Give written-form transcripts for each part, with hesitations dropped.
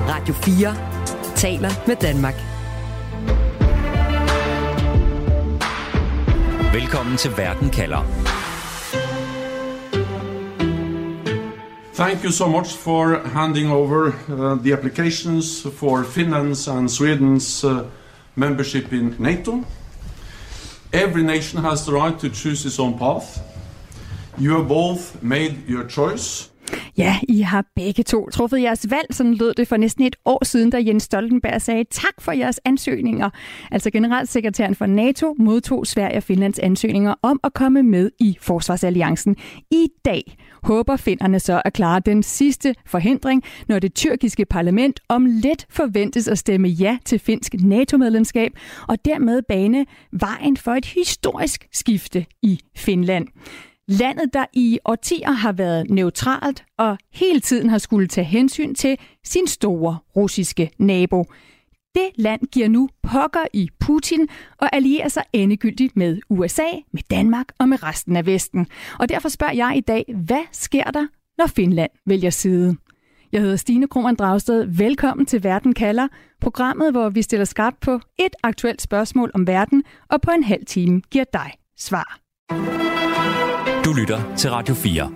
Radio 4 taler med Danmark. Velkommen til Verden kalder. Thank you so much for handing over the applications for Finland's and Sweden's membership in NATO. Every nation has the right to choose its own path. You have both made your choice. Ja, I har begge to truffet jeres valg, sådan lød det for næsten et år siden, da Jens Stoltenberg sagde tak for jeres ansøgninger. Altså generalsekretæren for NATO modtog Sverige og Finlands ansøgninger om at komme med i Forsvarsalliancen. I dag håber finnerne så at klare den sidste forhindring, når det tyrkiske parlament om lidt forventes at stemme ja til finsk NATO-medlemskab, og dermed bane vejen for et historisk skifte i Finland. Landet, der i årtier har været neutralt og hele tiden har skulle tage hensyn til sin store russiske nabo. Det land giver nu pokker i Putin og allierer sig endegyldigt med USA, med Danmark og med resten af Vesten. Og derfor spørger jeg i dag, hvad sker der, når Finland vælger side? Jeg hedder Stine Krohmann Dragsted. Velkommen til Verden kalder, programmet, hvor vi stiller skarpt på et aktuelt spørgsmål om verden, og på en halv time giver dig svar. Du lytter til Radio 4.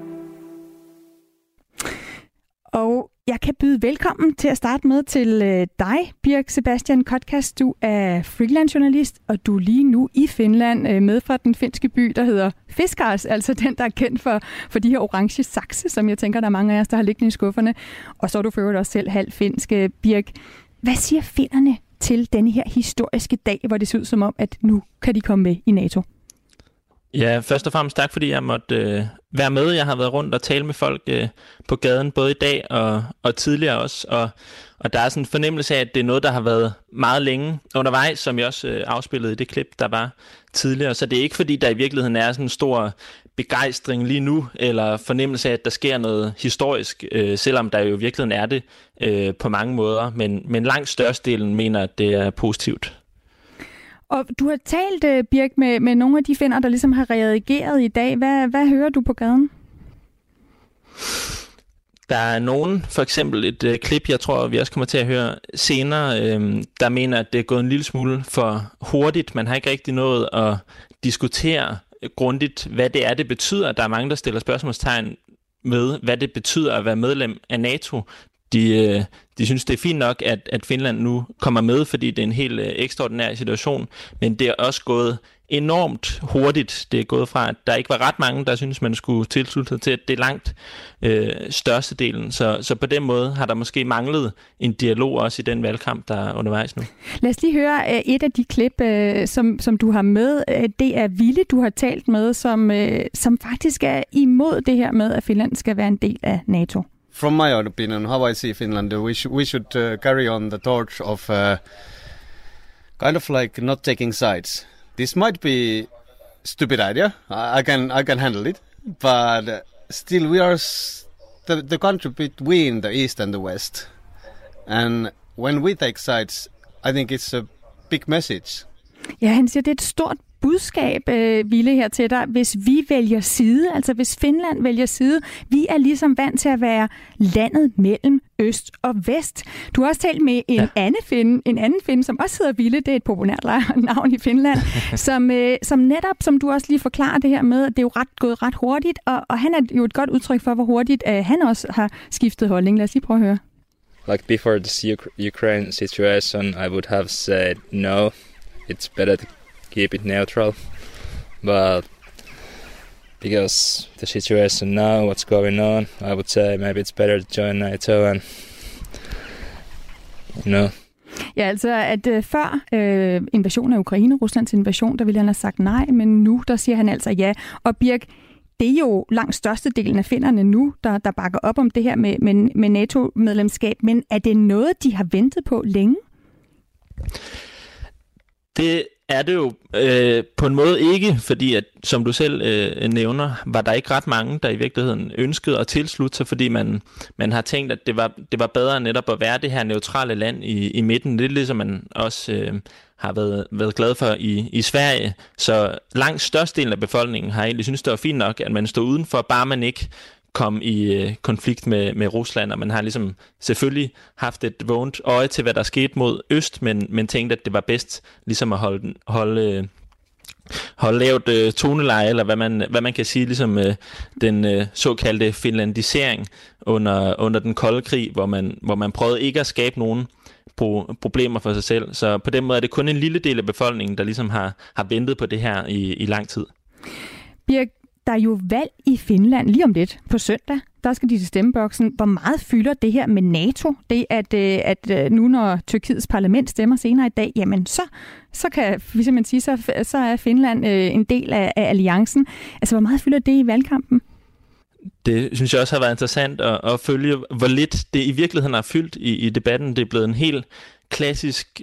Og jeg kan byde velkommen til at starte med til dig, Birk Sebastian Kotkas. Du er freelance-journalist, og du er lige nu i Finland med fra den finske by, der hedder Fiskars, altså den, der er kendt for de her orange sakse, som jeg tænker, der er mange af os, der har liggende i skufferne. Og så er du for øvrigt også selv halv finsk, Birk. Hvad siger finnerne til denne her historiske dag, hvor det ser ud som om, at nu kan de komme med i NATO? Ja, først og fremmest tak, fordi jeg måtte være med. Jeg har været rundt og tale med folk på gaden, både i dag og tidligere også. Og der er sådan en fornemmelse af, at det er noget, der har været meget længe undervejs, som jeg også afspillede i det klip, der var tidligere. Så det er ikke, fordi der i virkeligheden er sådan en stor begejstring lige nu, eller fornemmelse af, at der sker noget historisk, selvom der jo i virkeligheden er det på mange måder. Men langt størstedelen mener, at det er positivt. Og du har talt, Birk, med nogle af de finner, der ligesom har reageret i dag. Hvad hører du på gaden? Der er nogen, for eksempel et klip, jeg tror, vi også kommer til at høre senere, der mener, at det er gået en lille smule for hurtigt. Man har ikke rigtig nået at diskutere grundigt, hvad det er, det betyder. Der er mange, der stiller spørgsmålstegn med, hvad det betyder at være medlem af NATO. De synes, det er fint nok, at Finland nu kommer med, fordi det er en helt ekstraordinær situation, men det er også gået enormt hurtigt. Det er gået fra, at der ikke var ret mange, der synes, man skulle tilslutte sig til, at det er langt størstedelen. Så på den måde har der måske manglet en dialog også i den valgkamp, der er undervejs nu. Lad os lige høre et af de klip, som du har med. Det er Ville, du har talt med, som faktisk er imod det her med, at Finland skal være en del af NATO. From my own opinion, how I see Finland, we should carry on the torch of kind of like not taking sides. This might be stupid idea. I can handle it, but still we are the country between the East and the West. And when we take sides, I think it's a big message. Ja, han siger, det er et stort budskab, Ville, her til dig. Hvis vi vælger side, altså hvis Finland vælger side, vi er ligesom vant til at være landet mellem øst og vest. Du har også talt med en anden finde, som også hedder Ville, det er et populært navn i Finland, som netop, som du også lige forklarer det her med, at det er jo gået ret hurtigt, og han er jo et godt udtryk for, hvor hurtigt han også har skiftet holdning. Lad os lige prøve at høre. Like before this Ukraine situation, I would have said no, it's better to keep it neutral, but because the situation now, what's going on, I would say maybe it's better to join NATO and, you know. Ja, altså at før invasionen af Ukraine, Ruslands invasion, der ville han have sagt nej, men nu, der siger han altså ja. Og Birk, det er jo langt størstedelen af finnerne nu, der bakker op om det her med NATO-medlemskab, men er det noget, de har ventet på længe? Det er det jo på en måde ikke, fordi at, som du selv nævner, var der ikke ret mange, der i virkeligheden ønskede at tilslutte sig, fordi man har tænkt, at det var bedre netop at være det her neutrale land i midten. Det er ligesom man også har været glad for i Sverige. Så langt størstedelen af befolkningen har egentlig synes det var fint nok, at man stod udenfor, bare man ikke komme i konflikt med Rusland, og man har ligesom selvfølgelig haft et vågent øje til, hvad der skete mod øst, men tænkte, at det var bedst ligesom at holde lavt toneleje, eller hvad man kan sige, ligesom den såkaldte finlandisering under den kolde krig, hvor man prøvede ikke at skabe nogen problemer for sig selv. Så på den måde er det kun en lille del af befolkningen, der ligesom har ventet på det her i lang tid. Birk, der er jo valg i Finland lige om lidt på søndag. Der skal de til stemmeboksen. Hvor meget fylder det her med NATO? Det at nu når Tyrkiets parlament stemmer senere i dag, jamen så kan vi simpelthen sige, så er Finland en del af alliancen. Altså hvor meget fylder det i valgkampen? Det synes jeg også har været interessant at følge, hvor lidt det i virkeligheden har fyldt i debatten. Det er blevet en helt klassisk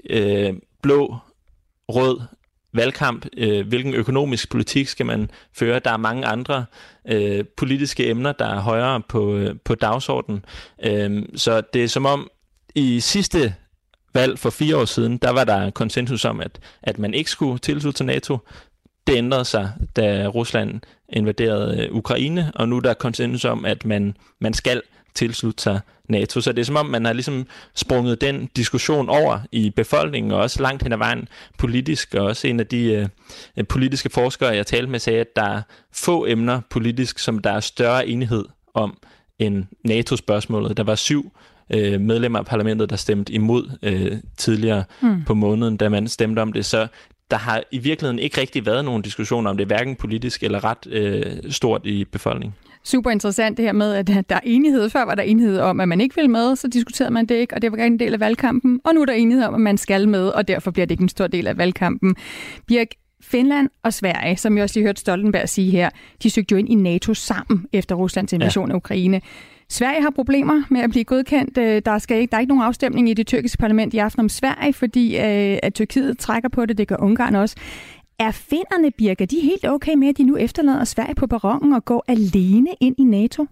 blå-rød valgkamp. Hvilken økonomisk politik skal man føre? Der er mange andre politiske emner, der er højere på dagsordenen. Så det er som om i sidste valg for 4 år siden, der var der konsensus om, at man ikke skulle tilslutte til NATO. Det ændrede sig, da Rusland invaderede Ukraine, og nu er der konsensus om, at man skal tilslutte sig NATO. Så det er som om, man har ligesom sprunget den diskussion over i befolkningen, og også langt hen ad vejen politisk, og også en af de politiske forskere, jeg talte med, sagde, at der er få emner politisk, som der er større enighed om end NATO-spørgsmålet. Der var 7 medlemmer af parlamentet, der stemte imod tidligere på måneden, da man stemte om det. Så der har i virkeligheden ikke rigtig været nogen diskussion om det, hverken politisk eller ret stort i befolkningen. Super interessant det her med, at der er enighed. Før var der enighed om, at man ikke vil med, så diskuterede man det ikke, og det var ikke en del af valgkampen. Og nu er der enighed om, at man skal med, og derfor bliver det ikke en stor del af valgkampen. Birk, Finland og Sverige, som jeg også lige hørte Stoltenberg sige her, de søgte jo ind i NATO sammen efter Ruslands invasion af Ukraine. Sverige har problemer med at blive godkendt. Der er ikke nogen afstemning i det tyrkiske parlament i aften om Sverige, fordi at Tyrkiet trækker på det. Det gør Ungarn også. Er finnerne, Birk, er de helt okay med, at de nu efterlader Sverige på perronen og går alene ind i NATO?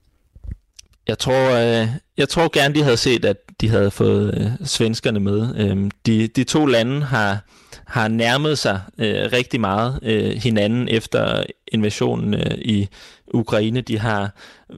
Jeg tror gerne, de havde set, at de havde fået svenskerne med. De 2 lande har nærmet sig rigtig meget hinanden efter invasionen i Ukraine. De har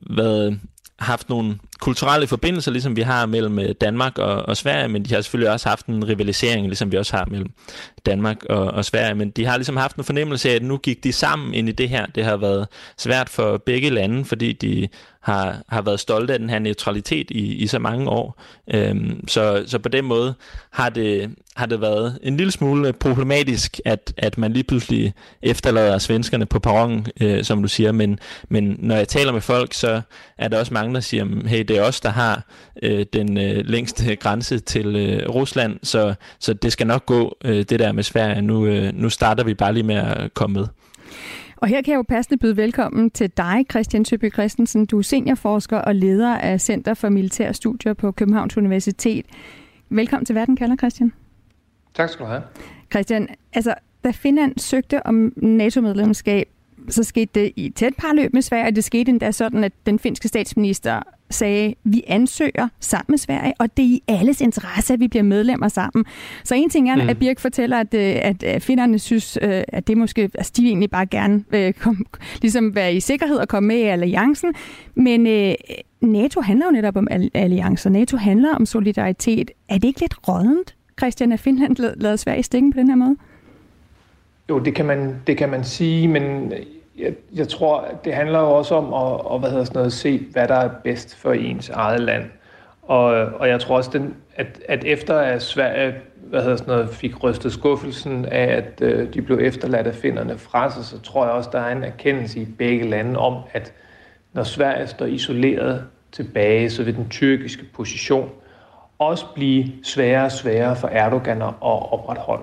haft nogle kulturelle forbindelser, ligesom vi har mellem Danmark og Sverige, men de har selvfølgelig også haft en rivalisering, ligesom vi også har mellem Danmark og Sverige, men de har ligesom haft en fornemmelse af, at nu gik de sammen ind i det her. Det har været svært for begge lande, fordi de har været stolte af den her neutralitet i så mange år. Så på den måde har det været en lille smule problematisk, at man lige pludselig efterlader svenskerne på perronen, som du siger, men når jeg taler med folk, så er der også mange, der siger, hey, det er os, der har den længste grænse til Rusland, så det skal nok gå, det der med Sverige. Nu starter vi bare lige med at komme med. Og her kan jeg jo passende byde velkommen til dig, Christian Søby Christensen. Du er seniorforsker og leder af Center for Militære Studier på Københavns Universitet. Velkommen til Verden kalder, Christian. Tak skal du have. Christian, altså da Finland søgte om NATO-medlemskab, så skete det i tæt parløb med Sverige. Det skete endda sådan, at den finske statsminister sagde, vi ansøger sammen med Sverige, og det er i alles interesse, at vi bliver medlemmer sammen. Så en ting er, at Birk fortæller, at finnerne synes, at det måske, altså de egentlig bare gerne ligesom være i sikkerhed og komme med i alliancen. Men NATO handler jo netop om alliancer. NATO handler om solidaritet. Er det ikke lidt rådent, Christian, at Finland lader Sverige i stikken på den her måde? Jo, det kan man sige, men jeg tror, det handler jo også om at se, hvad der er bedst for ens eget land. Og jeg tror også, at efter at Sverige fik rystet skuffelsen af, at de blev efterladt af finnerne fra sig, så tror jeg også, der er en erkendelse i begge lande om, at når Sverige står isoleret tilbage, så vil den tyrkiske position også blive sværere og sværere for Erdogan at opretholde.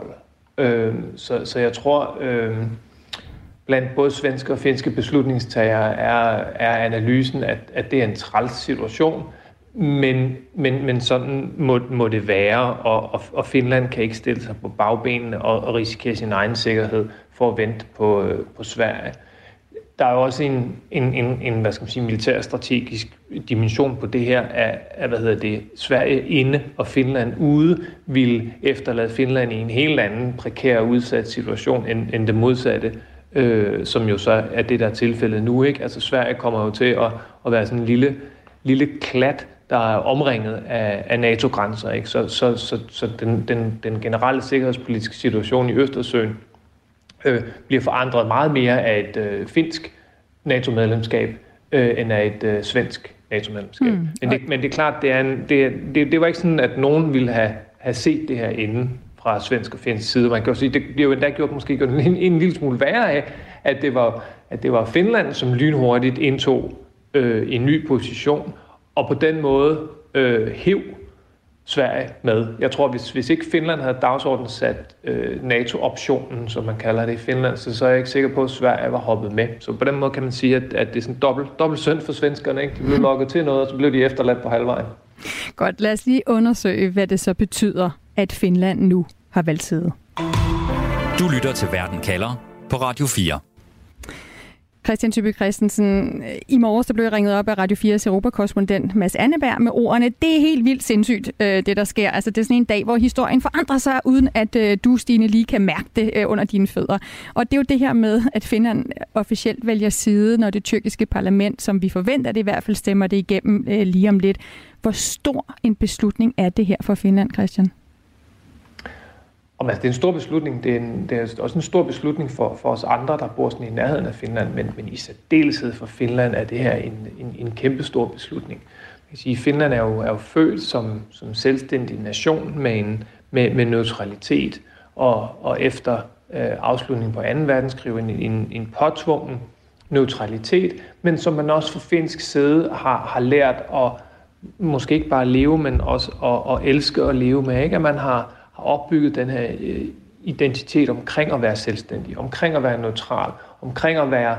Så jeg tror, blandt både svenske og finske beslutningstagere er analysen, at det er en træls situation, men sådan må det være, og Finland kan ikke stille sig på bagbenene og risikere sin egen sikkerhed for at vente på Sverige. Der er jo også en militærstrategisk dimension på det her af Sverige inde og Finland ude vil efterlade Finland i en helt anden prekær udsat situation end det modsatte som jo så er det, der er tilfældet nu, ikke? Altså Sverige kommer jo til at være sådan en lille klat, der er omringet af NATO-grænser, ikke? Så den generelle sikkerhedspolitiske situation i Østersøen bliver forandret meget mere af et finsk NATO-medlemskab, end af et svensk NATO-medlemskab. Men det er klart, det var ikke sådan, at nogen ville have set det her inden fra svensk og finsk side. Man kan jo sige, det bliver jo endda gjort måske en lille smule værre af, at det var Finland, som lynhurtigt indtog en ny position, og på den måde hæv Sverige med. Jeg tror, hvis ikke Finland havde dagsordenen sat NATO-optionen, som man kalder det i Finland, så er jeg ikke sikker på, at Sverige var hoppet med. Så på den måde kan man sige, at det er sådan dobbelt synd for svenskerne, ikke? De blev lukket til noget, og så blev de efterladt på halvvejen. Godt, lad os lige undersøge, hvad det så betyder, at Finland nu har valgt side. Du lytter til Verden kalder på Radio 4. Christian Thyby Christensen, i morges blev jeg ringet op af Radio 4's europakorrespondent Mads Anneberg med ordene: det er helt vildt sindssygt, det der sker. Altså, det er sådan en dag, hvor historien forandrer sig, uden at du, Stine, lige kan mærke det under dine fødder. Og det er jo det her med, at Finland officielt vælger side, når det tyrkiske parlament, som vi forventer det i hvert fald, stemmer det igennem lige om lidt. Hvor stor en beslutning er det her for Finland, Christian? Det er en stor beslutning. Det er også en stor beslutning for os andre, der bor sådan i nærheden af Finland, men i særdeleshed for Finland er det her en kæmpe stor beslutning. Man kan sige, Finland er jo født som selvstændig nation med neutralitet, og efter afslutningen på 2. verdenskrig en påtvungen neutralitet, men som man også fra finsk side har lært at måske ikke bare leve, men også at elske at leve med, ikke? At man har opbygget den her identitet omkring at være selvstændig, omkring at være neutral, omkring at være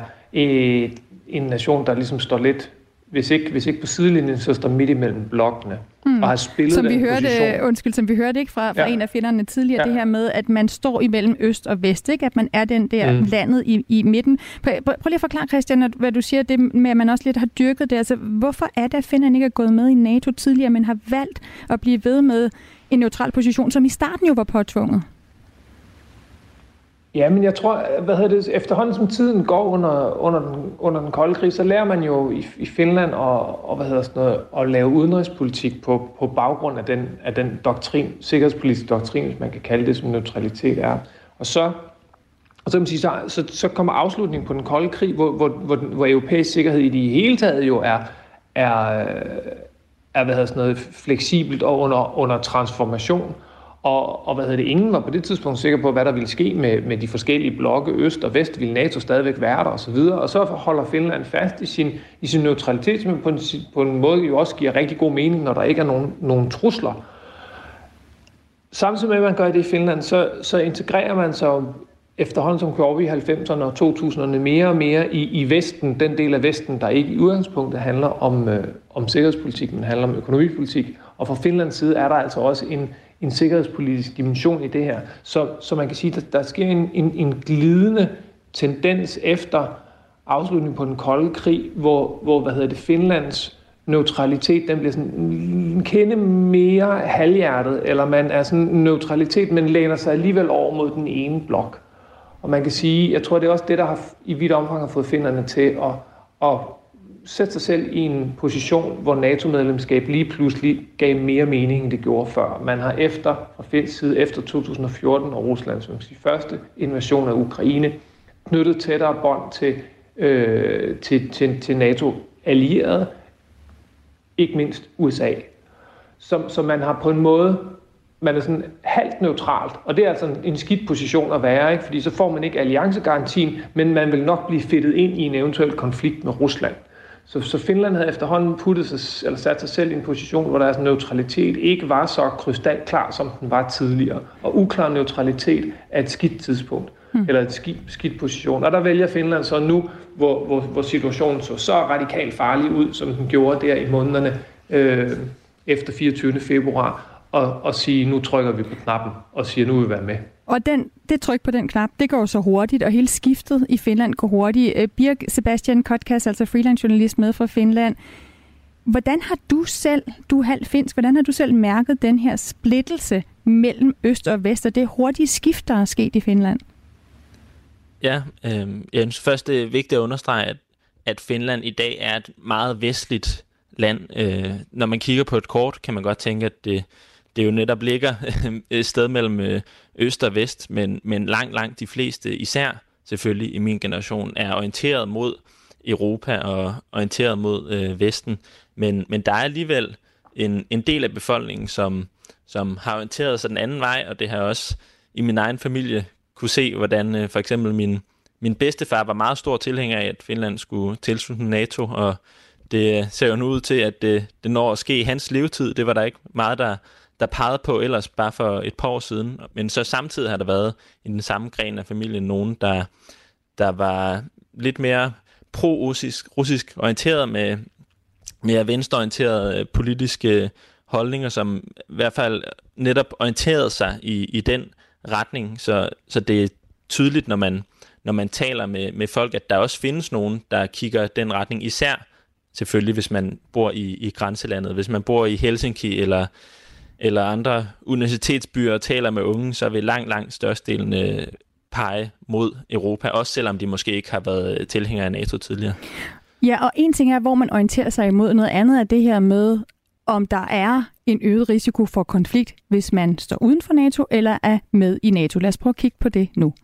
en nation, der ligesom står lidt, hvis ikke på sidelinjen, så står midt imellem blokkene, og har spillet som den vi position. Som vi hørte ikke fra en af finderne tidligere, det her med, at man står imellem øst og vest, ikke? At man er den der landet i midten. Prøv lige at forklare, Christian, hvad du siger, det med, at man også lidt har dyrket det. Altså, hvorfor er det, at Finland ikke er gået med i NATO tidligere, men har valgt at blive ved med en neutral position, som i starten jo var påtvunget? Ja, men jeg tror, efterhånden som tiden går under den kolde krig, så lærer man jo i Finland at lave udenrigspolitik på baggrund af den doktrin, sikkerhedspolitiske doktrin, hvis man kan kalde det, som neutralitet er. Og så kan man sige, så kommer afslutningen på den kolde krig, hvor europæisk sikkerhed i det hele taget jo er fleksibelt og under transformation. Og ingen var på det tidspunkt sikker på, hvad der ville ske med de forskellige blokke, øst og vest, ville NATO stadigvæk være der osv. Og så holder Finland fast i sin neutralitet, som på en måde jo også giver rigtig god mening, når der ikke er nogen trusler. Samtidig med, at man gør det i Finland, så integrerer man sig efterhånden, som gjorde vi i 90'erne og 2000'erne, mere og mere i Vesten, den del af Vesten, der ikke i udgangspunktet handler om sikkerhedspolitik, men handler om økonomipolitik. Og fra Finlands side er der altså også en sikkerhedspolitisk dimension i det her. Så man kan sige, at der sker en glidende tendens efter afslutningen på den kolde krig, hvor Finlands neutralitet, den bliver sådan en kende mere halvhjertet, eller man er sådan en neutralitet, men læner sig alligevel over mod den ene blok. Og man kan sige, jeg tror, det er også det, der har i vidt omfang har fået finnerne til at sætte sig selv i en position, hvor NATO-medlemskab lige pludselig gav mere mening, end det gjorde før. Man har fra finsk side efter 2014 og Rusland som sin første invasion af Ukraine knyttet tættere bånd til NATO-allierede, ikke mindst USA. Så man har på en måde, man er sådan halvt neutralt, og det er altså en skidt position at være, ikke? Fordi så får man ikke alliancegarantien, men man vil nok blive fedtet ind i en eventuel konflikt med Rusland. Så Finland havde efterhånden sat sig selv i en position, hvor deres neutralitet ikke var så krystalklar, som den var tidligere. Og uklar neutralitet er et skidt tidspunkt, eller et skidt position. Og der vælger Finland så nu, hvor situationen så radikalt farlig ud, som den gjorde der i månederne efter 24. februar, og sige, nu trykker vi på knappen, og siger, nu vil vi være med. Og det tryk på den knap, det går så hurtigt, og hele skiftet i Finland går hurtigt. Birk Sebastian Kotkas, altså freelance-journalist med fra Finland. Hvordan har du selv, du er halv finsk, hvordan har du selv mærket den her splittelse mellem øst og vest, og det hurtige skift, der er sket i Finland? Ja, jeg synes først, det er vigtigt at understrege, at Finland i dag er et meget vestligt land. Når man kigger på et kort, kan man godt tænke, at det jo netop ligger et sted mellem øst og vest, men langt de fleste, især selvfølgelig i min generation, er orienteret mod Europa og orienteret mod Vesten. Men der er alligevel en del af befolkningen, som har orienteret sig den anden vej, og det har også i min egen familie kunne se, hvordan for eksempel min bedstefar var meget stor tilhænger af, at Finland skulle tilslutte NATO, og det ser jo nu ud til, at det når at ske i hans levetid. Det var der ikke meget, der pegede på ellers bare for et par år siden. Men så samtidig har der været i den samme gren af familien nogen, der var lidt mere pro-russisk orienteret med mere venstreorienterede politiske holdninger, som i hvert fald netop orienterede sig i den retning. Så det er tydeligt, når man taler med folk, at der også findes nogen, der kigger den retning, især selvfølgelig, hvis man bor i grænselandet. Hvis man bor i Helsinki eller andre universitetsbyer og taler med unge, så vil langt størstedelen pege mod Europa, også selvom de måske ikke har været tilhængere af NATO tidligere. Ja, og en ting er, hvor man orienterer sig imod. Noget andet er det her med, om der er en øget risiko for konflikt, hvis man står uden for NATO eller er med i NATO. Lad os prøve at kigge på det nu.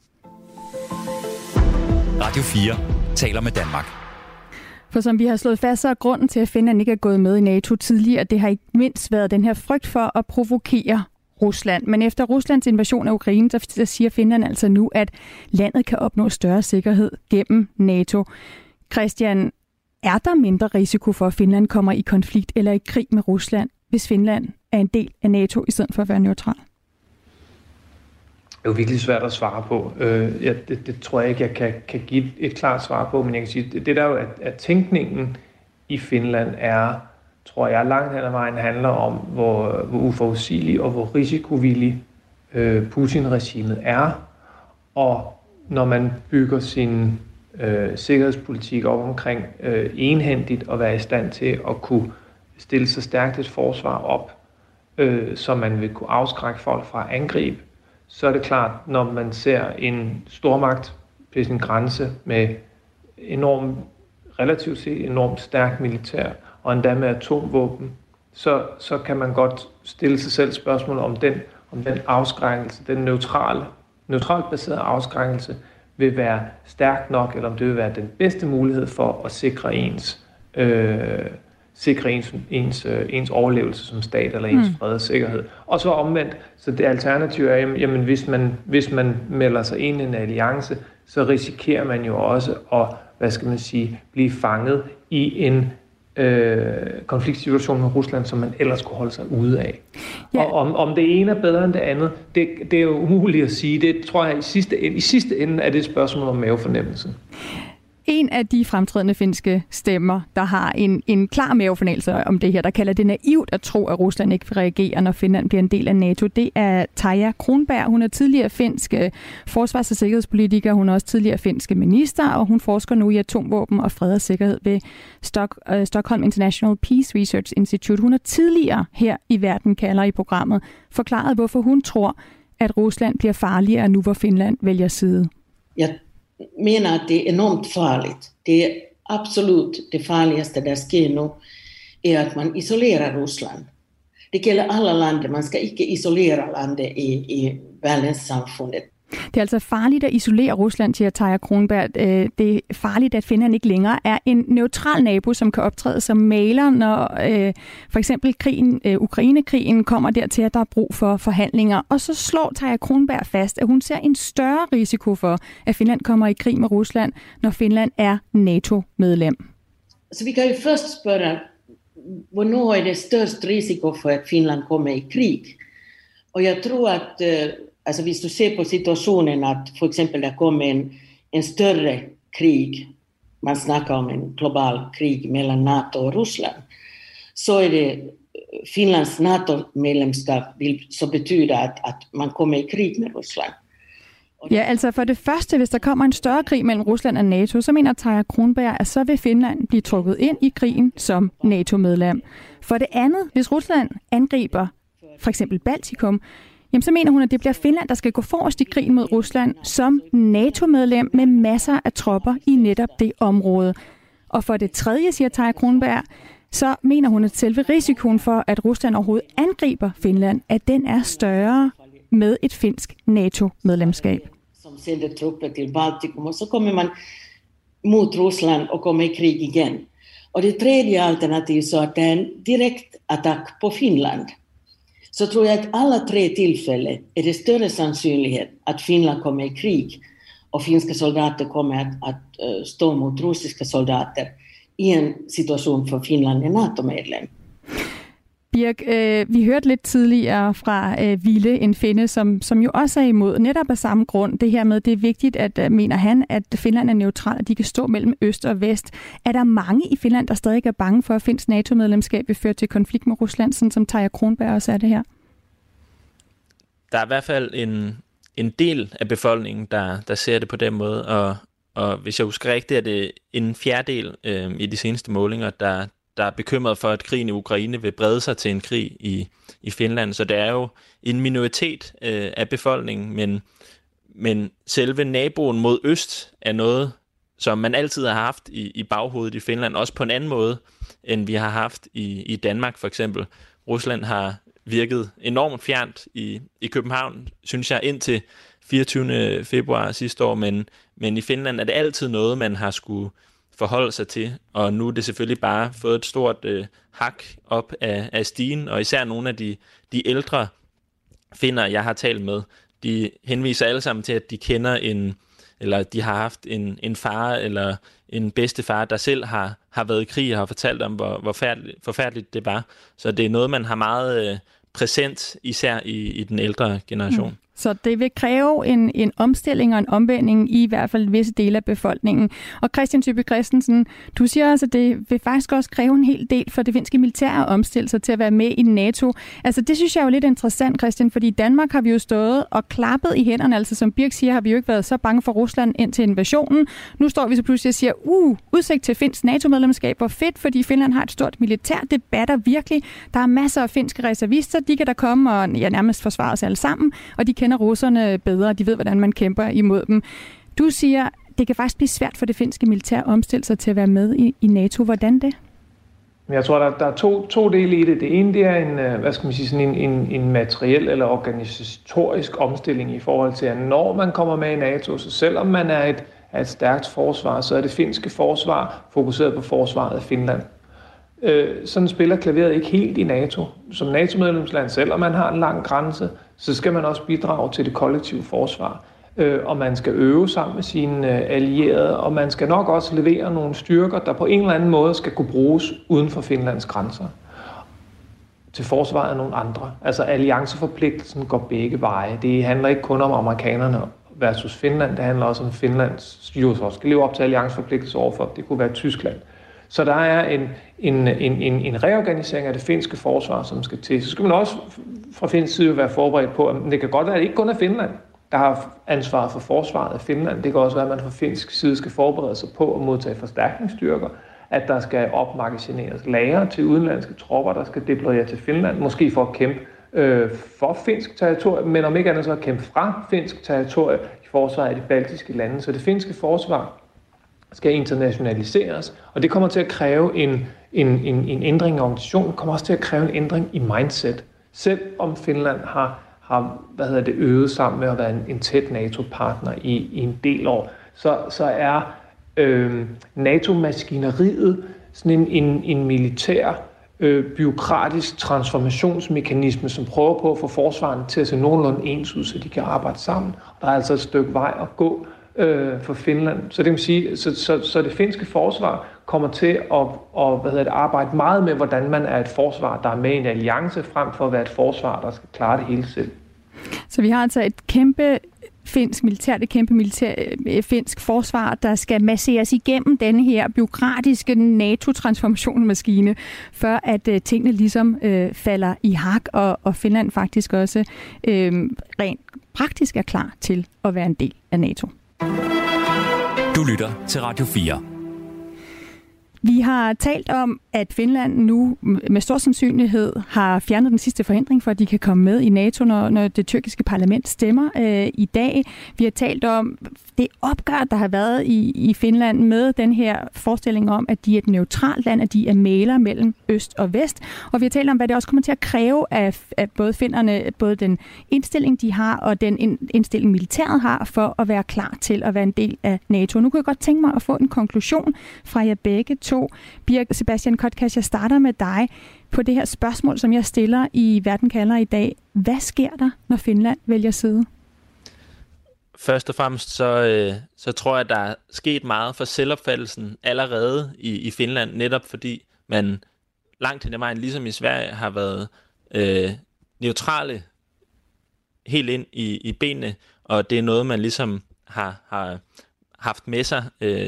Radio 4 taler med Danmark. For som vi har slået fast, så er grunden til, at Finland ikke er gået med i NATO tidligere, det har ikke mindst været den her frygt for at provokere Rusland. Men efter Ruslands invasion af Ukraine, der siger Finland altså nu, at landet kan opnå større sikkerhed gennem NATO. Christian, er der mindre risiko for, at Finland kommer i konflikt eller i krig med Rusland, hvis Finland er en del af NATO i stedet for at være neutral? Det er jo virkelig svært at svare på. Det tror jeg ikke, jeg kan give et klart svar på, men jeg kan sige, det der jo er tænkningen i Finland er, tror jeg, langt hen ad vejen handler om, hvor uforudsigelig og hvor risikovillig Putin-regimet er. Og når man bygger sin sikkerhedspolitik op omkring enhændigt at være i stand til at kunne stille så stærkt et forsvar op, så man vil kunne afskrække folk fra at angribe, så er det klart, når man ser en stormagt på sin grænse med relativt set enormt stærkt militær og endda med atomvåben, så kan man godt stille sig selv spørgsmål om den afskrækkelse, den neutralt baserede afskrækkelse, vil være stærk nok, eller om det vil være den bedste mulighed for at sikre ens overlevelse som stat eller ens fred og sikkerhed. Og så omvendt, så det alternativ er, jamen hvis man melder sig ind i en alliance, så risikerer man jo også at, blive fanget i en konfliktsituation med Rusland, som man ellers kunne holde sig ude af. Ja. Og om det ene er bedre end det andet, det er jo umuligt at sige. Det tror jeg i sidste ende er det et spørgsmål om mavefornemmelse. En af de fremtrædende finske stemmer, der har en klar mavefornemmelse om det her, der kalder det naivt at tro, at Rusland ikke vil reagere, når Finland bliver en del af NATO, det er Tarja Kronberg. Hun er tidligere finsk forsvars- og sikkerhedspolitiker. Hun er også tidligere finsk minister, og hun forsker nu i atomvåben og fred og sikkerhed ved Stockholm International Peace Research Institute. Hun har tidligere her i Verden kalder i programmet forklaret, hvorfor hun tror, at Rusland bliver farligere nu, hvor Finland vælger side. Jeg mener, at det er enormt farligt. Det är absolut det farligaste der sker nu är att man isolerar Rusland. Det gäller alla länder. Man ska ikke isolera landet i världssamfundet. Det er altså farligt at isolere Rusland, siger Tarja Kronberg. Det er farligt, at Finland ikke længere er en neutral nabo, som kan optræde som mægler, når for eksempel Ukraine-krigen kommer dertil, at der er brug for forhandlinger. Og så slår Tarja Kronberg fast, at hun ser en større risiko for, at Finland kommer i krig med Rusland, når Finland er NATO-medlem. Så vi kan jo først spørge, hvornår er det størst risiko for, at Finland kommer i krig? Og jeg tror, at hvis du ser på situationen, at for eksempel der kommer en større krig, man snakker om en global krig mellan NATO och Ryssland, så är det Finlands NATO-medlemskap vil så betyda att man kommer i krig med Ryssland. Ja, altså for det første, hvis der kommer en større krig mellem Rusland og NATO, så mener Tarja Kronberg, at så vil Finland blive trukket ind i krigen som NATO-medlem. For det andet, hvis Rusland angriber for eksempel Baltikum, jamen så mener hun, at det bliver Finland, der skal gå forrest i krigen mod Rusland som NATO-medlem med masser af tropper i netop det område. Og for det tredje, siger Tarja Kronberg, så mener hun, at selve risikoen for, at Rusland overhovedet angriber Finland, at den er større med et finsk NATO-medlemskab. Som sender trupper til Baltikum, og så kommer man mot Rusland och kommer i krig igen. Och det tredje alternativet så att det är en direkt attack på Finland. Så tror jag att alla tre tillfällen är det större sannsynlighet att Finland kommer i krig och finska soldater kommer att stå mot russiska soldater i en situation för Finland är NATO-medlem. Birk, vi hørte lidt tidligere fra Ville, en finne, som jo også er imod netop af samme grund. Det her med, det er vigtigt, at mener han, at Finland er neutral, at de kan stå mellem øst og vest. Er der mange i Finland, der stadig er bange for, at Finns NATO-medlemskab vil føre til konflikt med Rusland, sådan som Tarja Kronberg også er det her? Der er i hvert fald en del af befolkningen, der ser det på den måde, og hvis jeg husker rigtigt, er det en fjerdedel i de seneste målinger, der er bekymret for, at krigen i Ukraine vil brede sig til en krig i Finland. Så det er jo en minoritet af befolkningen, men selve naboen mod øst er noget, som man altid har haft i baghovedet i Finland, også på en anden måde, end vi har haft i Danmark for eksempel. Rusland har virket enormt fjernt i København, synes jeg, indtil 24. februar sidste år, men i Finland er det altid noget, man har skulle forholde sig til, og nu er det selvfølgelig bare fået et stort hak op af stigen, og især nogle af de ældre finner, jeg har talt med, de henviser alle sammen til, at de kender eller de har haft en far eller en bedstefar, der selv har været i krig og har fortalt om, hvor forfærdeligt det var. Så det er noget, man har meget præsent, især i den ældre generation. Så det vil kræve en omstilling og en omvending i hvert fald visse dele af befolkningen. Og Christian Thybe Christensen, du siger også, at det vil faktisk også kræve en hel del for det finske militær at omstille sig til at være med i NATO. Altså det synes jeg er jo lidt interessant, Christian, fordi i Danmark har vi jo stået og klappet i hænderne. Altså som Birk siger, har vi jo ikke været så bange for Rusland indtil invasionen. Nu står vi så pludselig og siger, udsigt til finsk NATO-medlemskab, hvor fedt, fordi Finland har et stort militær. Det batter virkelig. Der er masser af finske reservister, de kan der komme og nærmest forsvare os alle sammen, og de kender russerne bedre, de ved, hvordan man kæmper imod dem. Du siger, det kan faktisk blive svært for det finske militær at omstille sig til at være med i NATO. Hvordan det? Jeg tror, der er to dele i det. Det ene, det er en materiel eller organisatorisk omstilling i forhold til, at når man kommer med i NATO, så selvom man er et stærkt forsvar, så er det finske forsvar fokuseret på forsvaret af Finland. Sådan spiller klaveret ikke helt i NATO. Som NATO-medlemsland, selvom man har en lang grænse, så skal man også bidrage til det kollektive forsvar. Og man skal øve sammen med sine allierede, og man skal nok også levere nogle styrker, der på en eller anden måde skal kunne bruges uden for Finlands grænser til forsvaret af nogle andre. Altså allianceforpligtelsen går begge veje. Det handler ikke kun om amerikanerne versus Finland, det handler også om Finlands jo også skal leve op til allianceforpligtelser overfor. Det kunne være Tyskland. Så der er en reorganisering af det finske forsvar, som skal til. Så skal man også fra finsk side være forberedt på, at det kan godt være, at det ikke kun er Finland, der har ansvaret for forsvaret af Finland. Det kan også være, at man fra finsk side skal forberede sig på at modtage forstærkningsstyrker, at der skal opmagasineres lagre til udenlandske tropper, der skal deployere til Finland, måske for at kæmpe for finsk territorium, men om ikke andet så at kæmpe fra finsk territorium i forsvaret af de baltiske lande. Så det finske forsvar skal internationaliseres, og det kommer til at kræve en ændring i organisationen, det kommer også til at kræve en ændring i mindset. Selv om Finland har øvet sammen med at være en tæt NATO-partner i en del år, så er NATO-maskineriet sådan en militær, bureaukratisk transformationsmekanisme, som prøver på at få forsvarerne til at se nogenlunde ens ud, så de kan arbejde sammen. Der er altså et stykke vej at gå for Finland. Så det vil sige, så det finske forsvar kommer til at arbejde meget med, hvordan man er et forsvar, der er med i en alliance, frem for at være et forsvar, der skal klare det hele selv. Så vi har altså et kæmpe finsk finsk forsvar, der skal masseres igennem denne her bureaukratiske NATO-transformationsmaskine, før at tingene ligesom falder i hak, og Finland faktisk også rent praktisk er klar til at være en del af NATO. Du lytter til Radio 4. Vi har talt om at Finland nu med stor sandsynlighed har fjernet den sidste forhindring for, at de kan komme med i NATO, når det tyrkiske parlament stemmer i dag. Vi har talt om det opgør, der har været i Finland med den her forestilling om, at de er et neutralt land, at de er mægler mellem øst og vest. Og vi har talt om, hvad det også kommer til at kræve af både finnerne, både den indstilling, de har, og den indstilling, militæret har, for at være klar til at være en del af NATO. Nu kunne jeg godt tænke mig at få en konklusion fra jer begge to. Birk Sebastian Kotkach, jeg starter med dig på det her spørgsmål, som jeg stiller i Verden kalder i dag. Hvad sker der, når Finland vælger side? Først og fremmest så tror jeg, at der er sket meget for selvopfattelsen allerede i Finland, netop fordi man langt hen ad vejen, ligesom i Sverige, har været neutrale helt ind i benene, og det er noget, man ligesom har haft med sig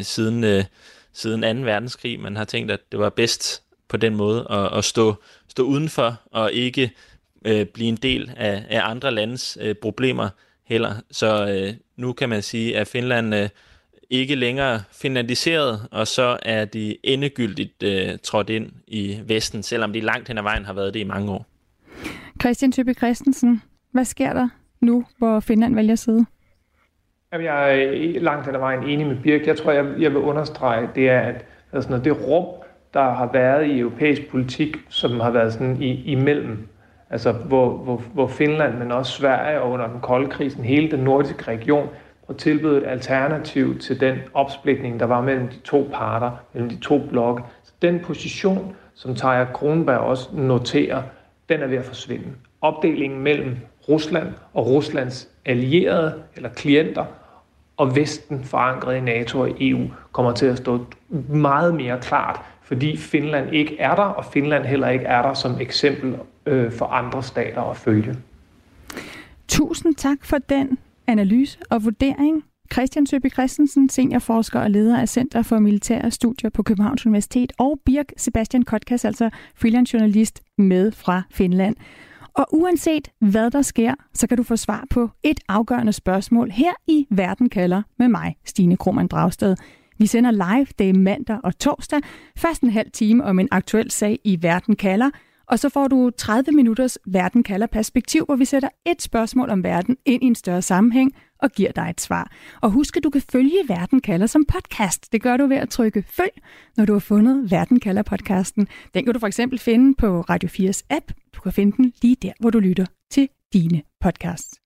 siden 2. verdenskrig. Man har tænkt, at det var bedst på den måde at stå udenfor og ikke blive en del af andre landes problemer heller. Så nu kan man sige, at Finland ikke længere finlandiseret, og så er de endegyldigt trådt ind i Vesten, selvom de langt hen ad vejen har været det i mange år. Christian Thybe Christensen, hvad sker der nu, hvor Finland vælger side? Jeg er langt hen ad vejen enig med Birk. Jeg tror, jeg vil understrege, det er, at det rum, der har været i europæisk politik, som har været sådan imellem, altså hvor Finland, men også Sverige og under den kolde krisen, hele den nordiske region, og tilbød et alternativ til den opsplitning, der var mellem de to parter, mellem de to blokke. Så den position, som Tarja Kronberg også noterer, den er ved at forsvinde. Opdelingen mellem Rusland og Ruslands allierede eller klienter og Vesten forankret i NATO og EU kommer til at stå meget mere klart, fordi Finland ikke er der, og Finland heller ikke er der som eksempel for andre stater at følge. Tusind tak for den analyse og vurdering. Christian Thybe Christensen, seniorforsker og leder af Center for Militære Studier på Københavns Universitet, og Birk Sebastian Kotkach, altså freelance journalist med fra Finland. Og uanset hvad der sker, så kan du få svar på et afgørende spørgsmål her i Verden kalder med mig, Stine Krohmann Dragsted. Vi sender live, det er mandag og torsdag, først en halv time om en aktuel sag i Verden kalder, og så får du 30 minutters Verden kalder perspektiv, hvor vi sætter et spørgsmål om verden ind i en større sammenhæng og giver dig et svar. Og husk, at du kan følge Verden kalder som podcast. Det gør du ved at trykke følg, når du har fundet Verden kalder podcasten. Den kan du for eksempel finde på Radio 4's app. Du kan finde den lige der, hvor du lytter til dine podcasts.